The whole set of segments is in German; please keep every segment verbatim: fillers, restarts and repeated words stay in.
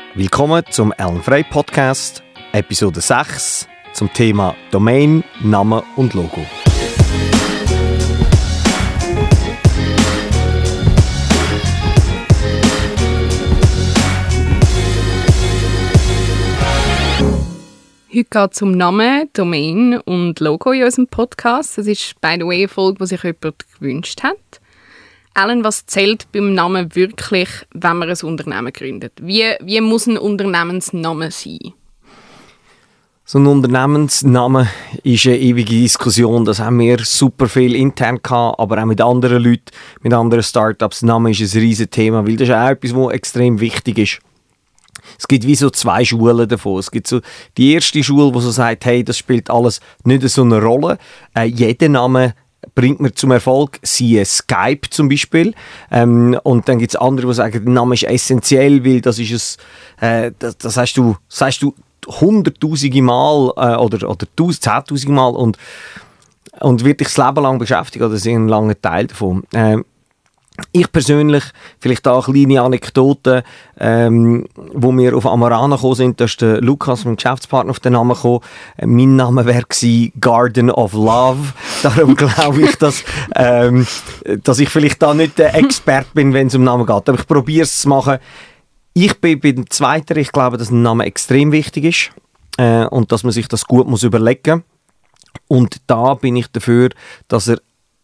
Willkommen zum Alan Frey Podcast, Episode sechs, zum Thema Domain, Name und Logo. Heute geht es um Namen, Domain und Logo in unserem Podcast. Das ist, by the way, eine Folge, die sich jemand gewünscht hat. Alan, was zählt beim Namen wirklich, wenn man ein Unternehmen gründet? Wie, wie muss ein Unternehmensname sein? So ein Unternehmensname ist eine ewige Diskussion. Das haben wir super viel intern gehabt, aber auch mit anderen Leuten, mit anderen Startups. Name ist ein riesiges Thema, weil das ist auch etwas, was extrem wichtig ist. Es gibt wie so zwei Schulen davon. Es gibt so die erste Schule, die so sagt, hey, das spielt alles nicht so eine Rolle. Äh, jeder Name bringt mir zum Erfolg, siehe Skype zum Beispiel. Ähm, und dann gibt es andere, die sagen, der Name ist essentiell, weil das ist es, äh, das, das hast du, sagst du hunderttausende Mal äh, oder, oder zehntausende Mal und, und wird dich das Leben lang beschäftigen oder sehr einen langen Teil davon. Ähm, Ich persönlich, vielleicht da eine kleine Anekdote, ähm, wo wir auf Amarana gekommen sind, da ist der Lukas, mein Geschäftspartner, auf den Namen gekommen. Äh, mein Name wäre Garden of Love. Darum glaube ich, dass, ähm, dass ich vielleicht da nicht der Experte bin, wenn es um Namen geht. Aber ich probiere es zu machen. Ich bin bei dem Zweiten, ich glaube, dass ein Name extrem wichtig ist äh, und dass man sich das gut muss überlegen muss. Und da bin ich dafür, dass er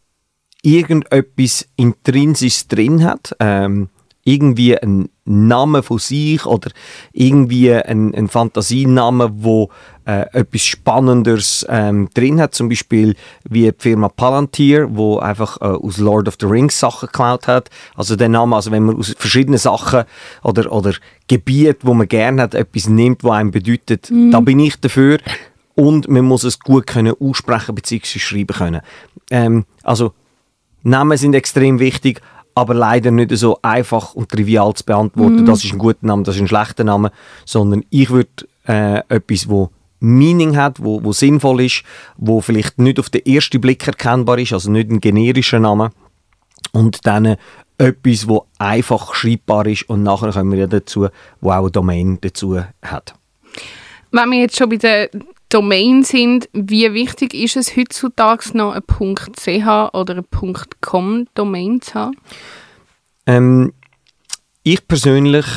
irgendetwas Intrinsisches drin hat, ähm, irgendwie ein Name von sich oder irgendwie ein, ein Fantasiename, wo äh, etwas Spannenderes ähm, drin hat, zum Beispiel wie die Firma Palantir, wo einfach äh, aus Lord of the Rings Sachen geklaut hat. Also der Name, also wenn man aus verschiedenen Sachen oder, oder Gebieten, wo man gerne hat, etwas nimmt, was einem bedeutet, mhm. da bin ich dafür. Und man muss es gut können aussprechen bzw. schreiben können. Ähm, also Namen sind extrem wichtig, aber leider nicht so einfach und trivial zu beantworten. Mm. Das ist ein guter Name, das ist ein schlechter Name. Sondern ich würde äh, etwas, wo Meaning hat, wo, wo sinnvoll ist, wo vielleicht nicht auf den ersten Blick erkennbar ist, also nicht ein generischer Name. Und dann etwas, wo einfach schreibbar ist und nachher kommen wir ja dazu, wo auch eine Domain dazu hat. Wenn wir jetzt schon bei der Domain sind, wie wichtig ist es heutzutage noch, eine .ch oder eine .com Domain zu haben? Ähm, ich persönlich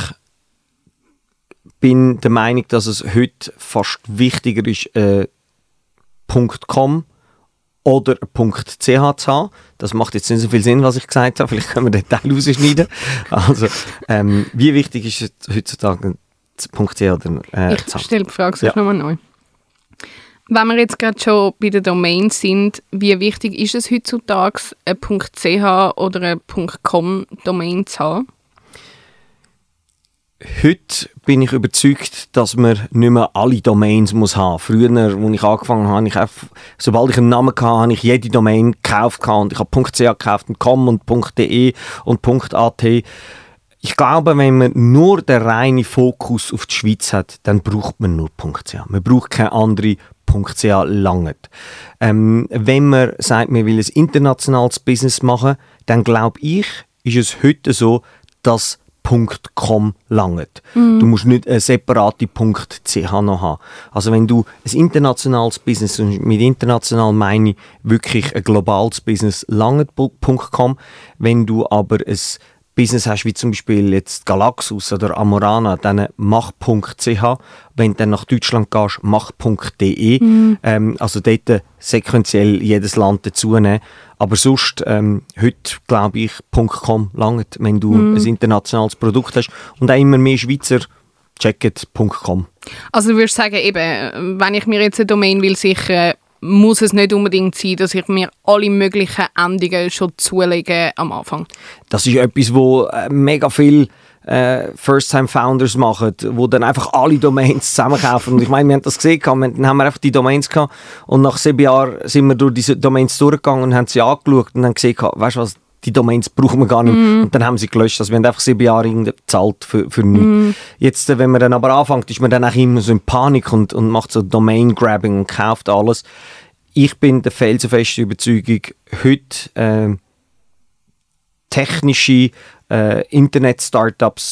bin der Meinung, dass es heute fast wichtiger ist, äh, .com oder .ch zu haben. Das macht jetzt nicht so viel Sinn, was ich gesagt habe. Vielleicht können wir den Teil rausschneiden. Also, ähm, wie wichtig ist es heutzutage, .ch oder äh, Ich stelle die Frage ja. nochmal neu. Wenn wir jetzt gerade schon bei den Domains sind, wie wichtig ist es heutzutage, eine .ch oder eine .com Domain zu haben? Heute bin ich überzeugt, dass man nicht mehr alle Domains muss haben. Früher, als ich angefangen habe, habe ich einfach, sobald ich einen Namen hatte, habe ich jede Domain gekauft. Und ich habe .ch gekauft und .com und .de und .at. Ich glaube, wenn man nur den reinen Fokus auf die Schweiz hat, dann braucht man nur .ch. Man braucht keine andere .ch lange. Ähm, wenn man sagt, man will ein internationales Business machen, dann glaube ich, ist es heute so, dass .com langt. Mm. Du musst nicht eine separate .ch noch haben. Also wenn du ein internationales Business, und mit international meine ich wirklich ein globales Business, langt .com. Wenn du aber ein Business hast, wie zum Beispiel jetzt Galaxus oder Amorana, dann mach .ch. Wenn du dann nach Deutschland gehst, mach .de. Mm. Ähm, also dort sequenziell jedes Land dazu nehmen. Aber sonst, ähm, heute glaube ich, .com langt, wenn du mm. ein internationales Produkt hast. Und auch immer mehr Schweizer checken .com. Also du würdest sagen, eben, wenn ich mir jetzt eine Domain will sichern, muss es nicht unbedingt sein, dass ich mir alle möglichen Endungen schon zulege am Anfang. Das ist etwas, wo äh, mega viel äh, First-Time-Founders machen, wo dann einfach alle Domains zusammenkaufen. Und ich meine, wir haben das gesehen, dann haben wir einfach die Domains gehabt und nach sieben Jahren sind wir durch diese Domains durchgegangen und haben sie angeschaut und haben gesehen, weißt du was, die Domains brauchen wir gar nicht. Mm. Und dann haben sie gelöscht. Also wir haben einfach sieben Jahre gezahlt für, für nichts. Mm. Jetzt, wenn man dann aber anfängt, ist man dann auch immer so in Panik und, und macht so Domain-Grabbing und kauft alles. Ich bin der felsenfesten Überzeugung, heute äh, technische äh, Internet-Startups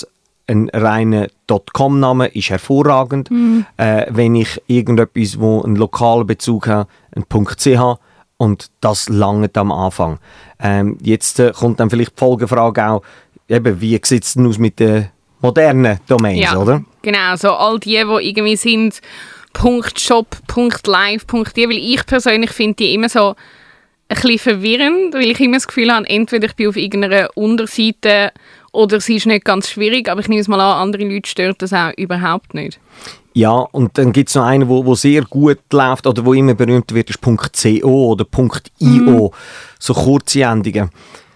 ein reiner .com-Name ist hervorragend. Mhm. Äh, wenn ich irgendetwas, wo einen lokalen Bezug hat, ein .ch, und das langt am Anfang. Ähm, jetzt äh, kommt dann vielleicht die Folgefrage auch, eben, wie sieht es denn aus mit den modernen Domains, ja, oder? Genau, so all die, die irgendwie sind .shop, .live, .die, weil ich persönlich finde die immer so ein bisschen verwirrend, weil ich immer das Gefühl habe, entweder ich bin auf irgendeiner Unterseite oder sie ist nicht ganz schwierig, aber ich nehme es mal an, andere Leute stört das auch überhaupt nicht. Ja, und dann gibt es noch einen, wo, wo sehr gut läuft oder wo immer berühmt wird, ist .co oder .io, mhm. so kurze Endungen.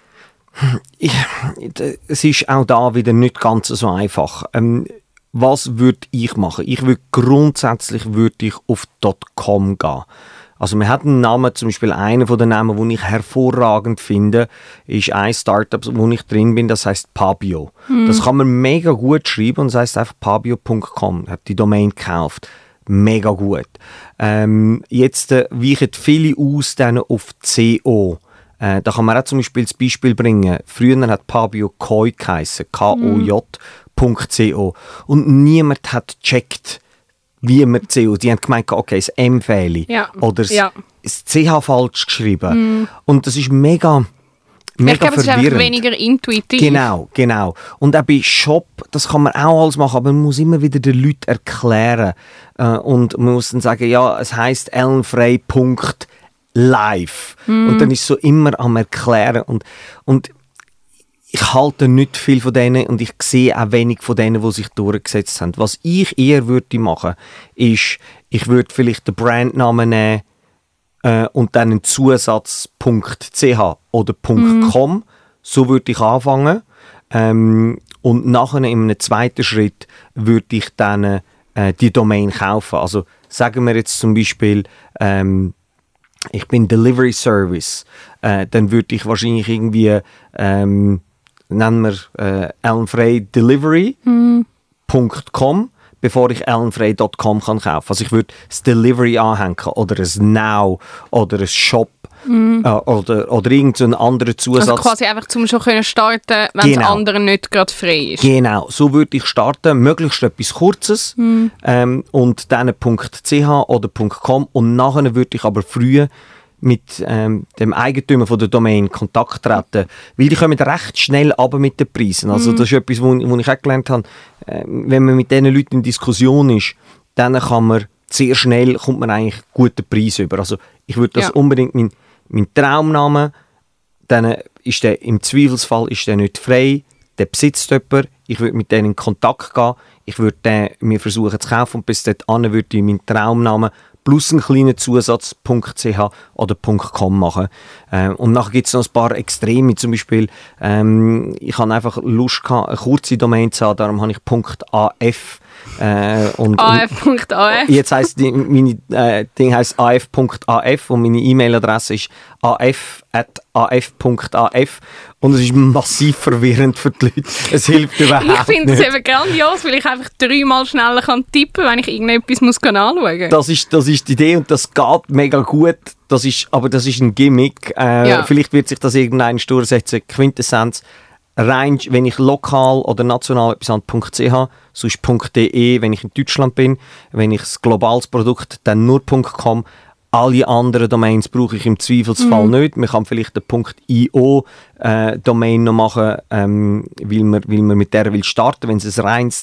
Ich, es ist auch da wieder nicht ganz so einfach. Ähm, was würde ich machen? Ich würde grundsätzlich würde ich auf .com gehen. Also man hat einen Namen, zum Beispiel einer von den Namen, den ich hervorragend finde, ist ein Startup, wo ich drin bin, das heisst Pabio. Mhm. Das kann man mega gut schreiben und das heisst einfach pabio punkt com. Ich habe die Domain gekauft. Mega gut. Ähm, jetzt äh, weichen viele aus dann auf C O. Äh, da kann man auch zum Beispiel das Beispiel bringen. Früher hat Pabio Koi geheissen, K O J Punkt C O. Und niemand hat gecheckt, wie man C O. Die haben gemeint, okay, das M fehle. Ja. Oder das, ja. das C H falsch geschrieben. Mm. Und das ist mega, mega ich glaube, es ist einfach weniger intuitiv. Genau, genau. Und auch bei Shop, das kann man auch alles machen, aber man muss immer wieder den Leuten erklären. Äh, und man muss dann sagen, ja, es heisst ellenfrei Punkt live. Mm. Und dann ist es so immer am Erklären. Und, und ich halte nicht viel von denen und ich sehe auch wenig von denen, die sich durchgesetzt haben. Was ich eher würde machen, ist, ich würde vielleicht den Brandnamen nehmen äh, und dann einen Zusatz .ch oder .com. Mhm. So würde ich anfangen. Ähm, und nachher in einem zweiten Schritt würde ich dann äh, die Domain kaufen. Also sagen wir jetzt zum Beispiel, ähm, ich bin Delivery Service. Äh, dann würde ich wahrscheinlich irgendwie ähm, nennen wir äh, ellenfrei delivery punkt com, mm. bevor ich ellenfrei punkt com kann kaufen. Also ich würde das Delivery anhängen oder ein Now oder ein Shop mm. äh, oder, oder irgendeinen anderen Zusatz. Also quasi einfach zum schon können starten, wenn genau. das andere nicht gerade frei ist. Genau, so würde ich starten, möglichst etwas Kurzes mm. ähm, und dann .ch oder .com und nachher würde ich aber früh mit ähm, dem Eigentümer von der Domain Kontakt treten, weil die kommen recht schnell runter mit den Preisen. Also das ist etwas, wo, wo ich auch gelernt habe, äh, wenn man mit diesen Leuten in Diskussion ist, dann kann man sehr schnell, kommt man eigentlich guten Preis über. Also ich würde das ja. unbedingt, mein, mein Traumname, dann ist der, im Zweifelsfall ist der nicht frei, der besitzt jemand, ich würde mit denen in Kontakt gehen, ich würde den mir versuchen zu kaufen und bis dahin würde ich meinen Traumnamen plus einen kleinen Zusatz .ch oder .com machen. Ähm, und nachher gibt es noch ein paar Extreme, zum Beispiel, ähm, ich habe einfach Lust gehabt, eine kurze Domain zu haben, darum habe ich .af. Äh, und, A F Punkt A F. Jetzt heisst die, meine äh, Ding heisst A F Punkt A F und meine E-Mail-Adresse ist a f at a f punkt a f und es ist massiv verwirrend für die Leute. Es hilft überhaupt nicht. Ich finde es eben grandios, weil ich einfach dreimal schneller kann tippen, wenn ich irgendetwas muss anschauen muss. Das ist, das ist die Idee und das geht mega gut. Das ist, aber das ist ein Gimmick. Äh, ja. Vielleicht wird sich das irgendein durchsetzen. Quintessenz. Rein, wenn ich lokal oder national etwas an .ch, sonst .de, wenn ich in Deutschland bin. Wenn ich ein globales Produkt, dann nur .com. Alle anderen Domains brauche ich im Zweifelsfall mm. nicht. Man kann vielleicht eine .io äh, Domain noch machen, ähm, weil, man, weil man mit der will starten. Wenn es ein reines,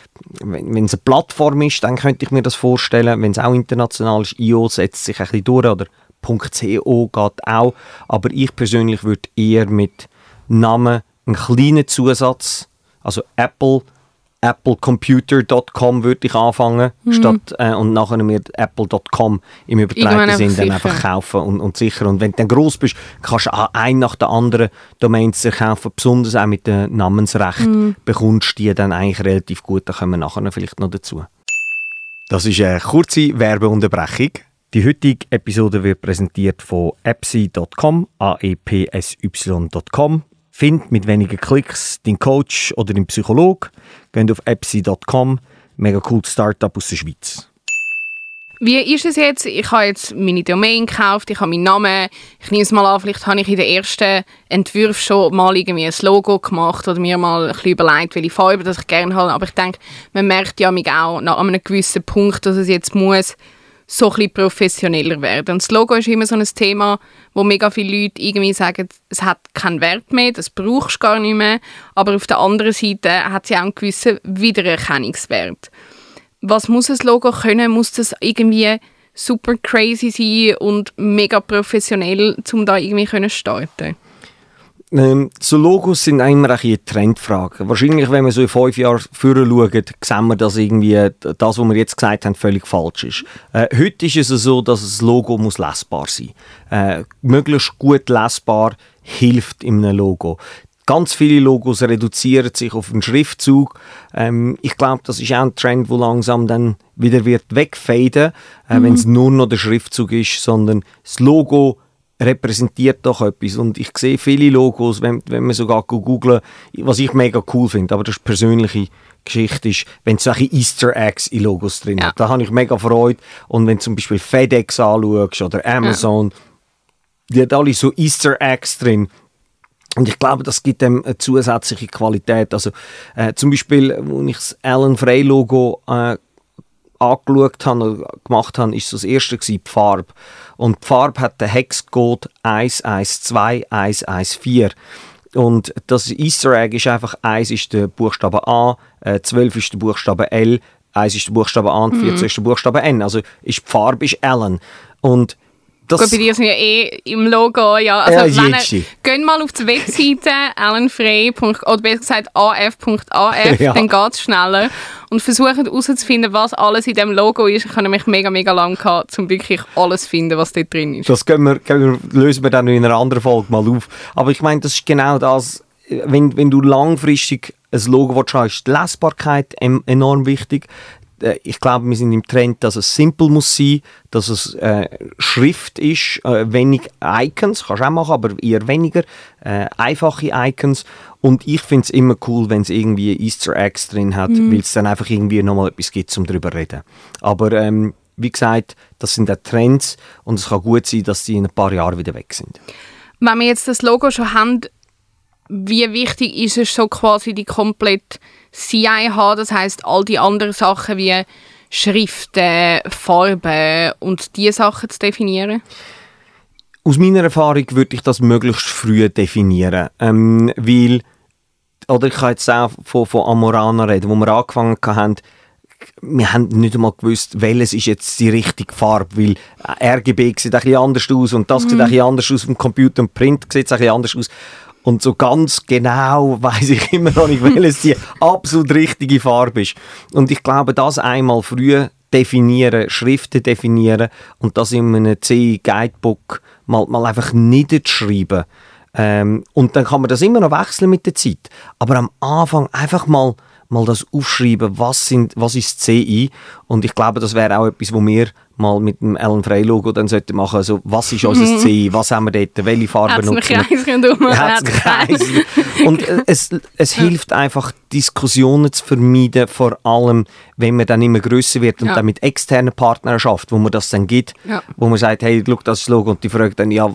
wenn, wenn es eine Plattform ist, dann könnte ich mir das vorstellen. Wenn es auch international ist, I O setzt sich ein bisschen durch oder .co geht auch. Aber ich persönlich würde eher mit Namen einen kleinen Zusatz, also Apple, applecomputer punkt com würde ich anfangen, mhm. statt, äh, und nachher mir apple punkt com im übertragenen Sinn dann einfach kaufen und, und sichern. Und wenn du dann gross bist, kannst du auch ein nach der anderen Domains kaufen, besonders auch mit dem Namensrecht, mhm. bekommst du die dann eigentlich relativ gut, da kommen wir nachher vielleicht noch dazu. Das ist eine kurze Werbeunterbrechung. Die heutige Episode wird präsentiert von epsy punkt com, a e p s y punkt com. Find mit wenigen Klicks deinen Coach oder deinen Psychologe. Geht auf epsy punkt com. Mega cooles Startup aus der Schweiz. Wie ist es jetzt? Ich habe jetzt meine Domain gekauft, ich habe meinen Namen. Ich nehme es mal an, vielleicht habe ich in den ersten Entwürfen schon mal irgendwie ein Logo gemacht oder mir mal ein bisschen überlegt, welche Farbe das ich gerne habe. Aber ich denke, man merkt ja auch nach einem gewissen Punkt, dass es jetzt muss so ein bisschen professioneller werden. Und das Logo ist immer so ein Thema, wo mega viele Leute irgendwie sagen, es hat keinen Wert mehr, das brauchst du gar nicht mehr. Aber auf der anderen Seite hat es ja auch einen gewissen Wiedererkennungswert. Was muss ein Logo können? Muss das irgendwie super crazy sein und mega professionell, um da irgendwie können starten? Ähm, so Logos sind immer eine Trendfrage. Wahrscheinlich, wenn wir so in fünf Jahren vorher schauen, sehen wir, dass irgendwie das, was wir jetzt gesagt haben, völlig falsch ist. Äh, heute ist es so, dass das Logo muss lesbar sein muss. Äh, möglichst gut lesbar hilft in einem Logo. Ganz viele Logos reduzieren sich auf einen Schriftzug. Ähm, ich glaube, das ist auch ein Trend, der langsam dann wieder wird wegfaden, äh, mhm. wenn es nur noch der Schriftzug ist, sondern das Logo repräsentiert doch etwas. Und ich sehe viele Logos, wenn, wenn man sogar googelt, was ich mega cool finde, aber das ist persönliche Geschichte, ist, wenn es solche Easter Eggs in Logos drin ja. hat. Da habe ich mega Freude. Und wenn du zum Beispiel FedEx anschaust oder Amazon, ja. die hat alle so Easter Eggs drin. Und ich glaube, das gibt dem eine zusätzliche Qualität. Also äh, zum Beispiel, als ich das Alan Frey Logo äh, angeschaut habe oder gemacht habe, ist das erste gewesen, die Farbe. Und die Farbe hat den Hexcode eins eins zwei eins eins vier. Und das Easter Egg ist einfach, eins ist der Buchstabe A, äh, zwölf ist der Buchstabe L, eins ist der Buchstabe A und vierzehn mhm. ist der Buchstabe N. Also ist die Farbe ist Alan. Und das Gut, bei dir sind ja eh im Logo, ja. Also ja, wenn ihr, geht mal auf die Webseite alan frey Punkt oder besser gesagt a f Punkt a f, ja. dann geht es schneller. Und versucht herauszufinden, was alles in diesem Logo ist. Ich habe nämlich mega, mega lange gehabt, um wirklich alles zu finden, was dort drin ist. Das können wir, können wir, lösen wir dann in einer anderen Folge mal auf. Aber ich meine, das ist genau das, wenn, wenn du langfristig ein Logo willst, ist die Lesbarkeit enorm wichtig. Ich glaube, wir sind im Trend, dass es simpel muss sein, dass es äh, Schrift ist, äh, wenig Icons, kannst du auch machen, aber eher weniger, äh, einfache Icons. Und ich finde es immer cool, wenn es irgendwie Easter Eggs drin hat, mhm. weil es dann einfach irgendwie nochmal etwas gibt, um darüber zu reden. Aber ähm, wie gesagt, das sind auch Trends und es kann gut sein, dass die in ein paar Jahren wieder weg sind. Wenn wir jetzt das Logo schon haben, wie wichtig ist es so quasi die komplette C I haben, das heisst all die anderen Sachen wie Schriften, Farben und diese Sachen zu definieren? Aus meiner Erfahrung würde ich das möglichst früh definieren, ähm, weil, oder ich kann jetzt auch von, von Amorana reden, wo wir angefangen haben, wir haben nicht einmal gewusst, welches ist jetzt die richtige Farbe, weil R G B sieht ein bisschen anders aus und das mhm. sieht ein bisschen anders aus, vom Computer und Print sieht es ein bisschen anders aus. Und so ganz genau weiss ich immer noch nicht, welches die absolut richtige Farbe ist. Und ich glaube, das einmal früh definieren, Schriften definieren und das in einem C I-Guidebook mal, mal einfach niederschreiben. Ähm, und dann kann man das immer noch wechseln mit der Zeit. Aber am Anfang einfach mal, mal das aufschreiben, was, sind, was ist C I. Und ich glaube, das wäre auch etwas, wo wir mal mit dem Alan Frey Logo dann sollten machen. Also, was ist unser C I? Was haben wir dort? Welche Farben nutzen wir? Herzkreis. Und äh, es, es hilft einfach, Diskussionen zu vermeiden, vor allem, wenn man dann immer grösser wird und ja. dann mit externen Partnern schafft, wo man das dann gibt, ja. wo man sagt, hey, schau, das ist das Logo. Und die fragen dann, ja,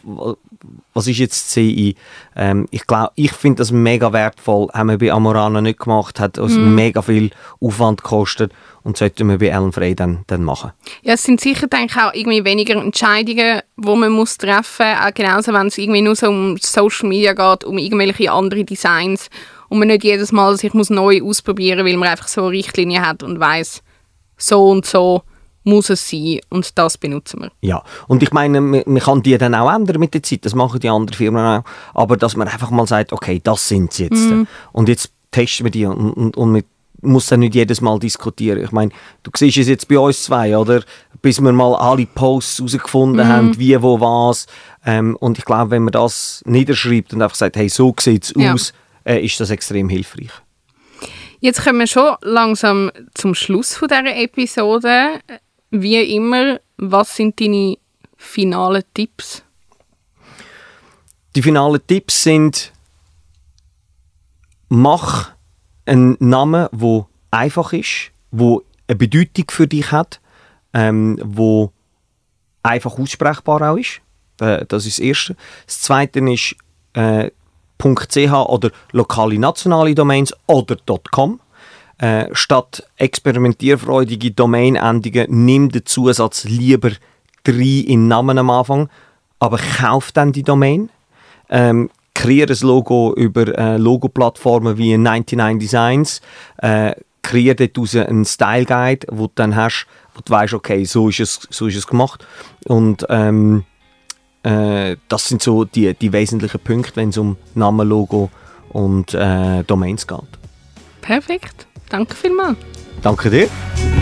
was ist jetzt C I? Ähm, ich glaube, ich finde das mega wertvoll. Haben wir bei Amorana nicht gemacht, hat uns mm. mega viel Aufwand gekostet und sollten wir bei Alan Frey dann, dann machen. Ja, es sind sicher, denke ich, auch irgendwie weniger Entscheidungen, die man muss treffen muss. Auch genauso, wenn es irgendwie nur so um Social Media geht, um irgendwelche andere Designs und man nicht jedes Mal sich muss neu ausprobieren muss, weil man einfach so eine Richtlinie hat und weiss, so und so muss es sein und das benutzen wir. Ja, und ich meine, man, man kann die dann auch ändern mit der Zeit, das machen die anderen Firmen auch, aber dass man einfach mal sagt, okay, das sind sie jetzt. Mm. Und jetzt testen wir die und, und, und man muss dann nicht jedes Mal diskutieren. Ich meine, du siehst es jetzt bei uns zwei, oder? Bis wir mal alle Posts herausgefunden mm. haben, wie, wo, was. Ähm, und ich glaube, wenn man das niederschreibt und einfach sagt, hey, so sieht es ja. aus, äh, ist das extrem hilfreich. Jetzt kommen wir schon langsam zum Schluss von dieser Episode. Wie immer, was sind deine finalen Tipps? Die finalen Tipps sind, mach einen Namen, der einfach ist, der eine Bedeutung für dich hat. ähm, wo einfach aussprechbar auch ist. Äh, das ist das Erste. Das Zweite ist äh, .ch oder lokale nationale Domains oder .com. Äh, statt experimentierfreudige Domainendungen nimm den Zusatz lieber drei in Namen am Anfang, aber kauf dann die Domain. Ähm, kreiere ein Logo über äh, Logo-Plattformen wie neunundneunzig Designs, äh, kreiere daraus einen Style Guide, wo du dann hast, wo du weißt, okay, so ist es, so ist es gemacht. Und ähm, äh, das sind so die, die wesentlichen Punkte, wenn es um Namen, Logo und äh, Domains geht. Perfekt. Danke vielmals. Danke dir.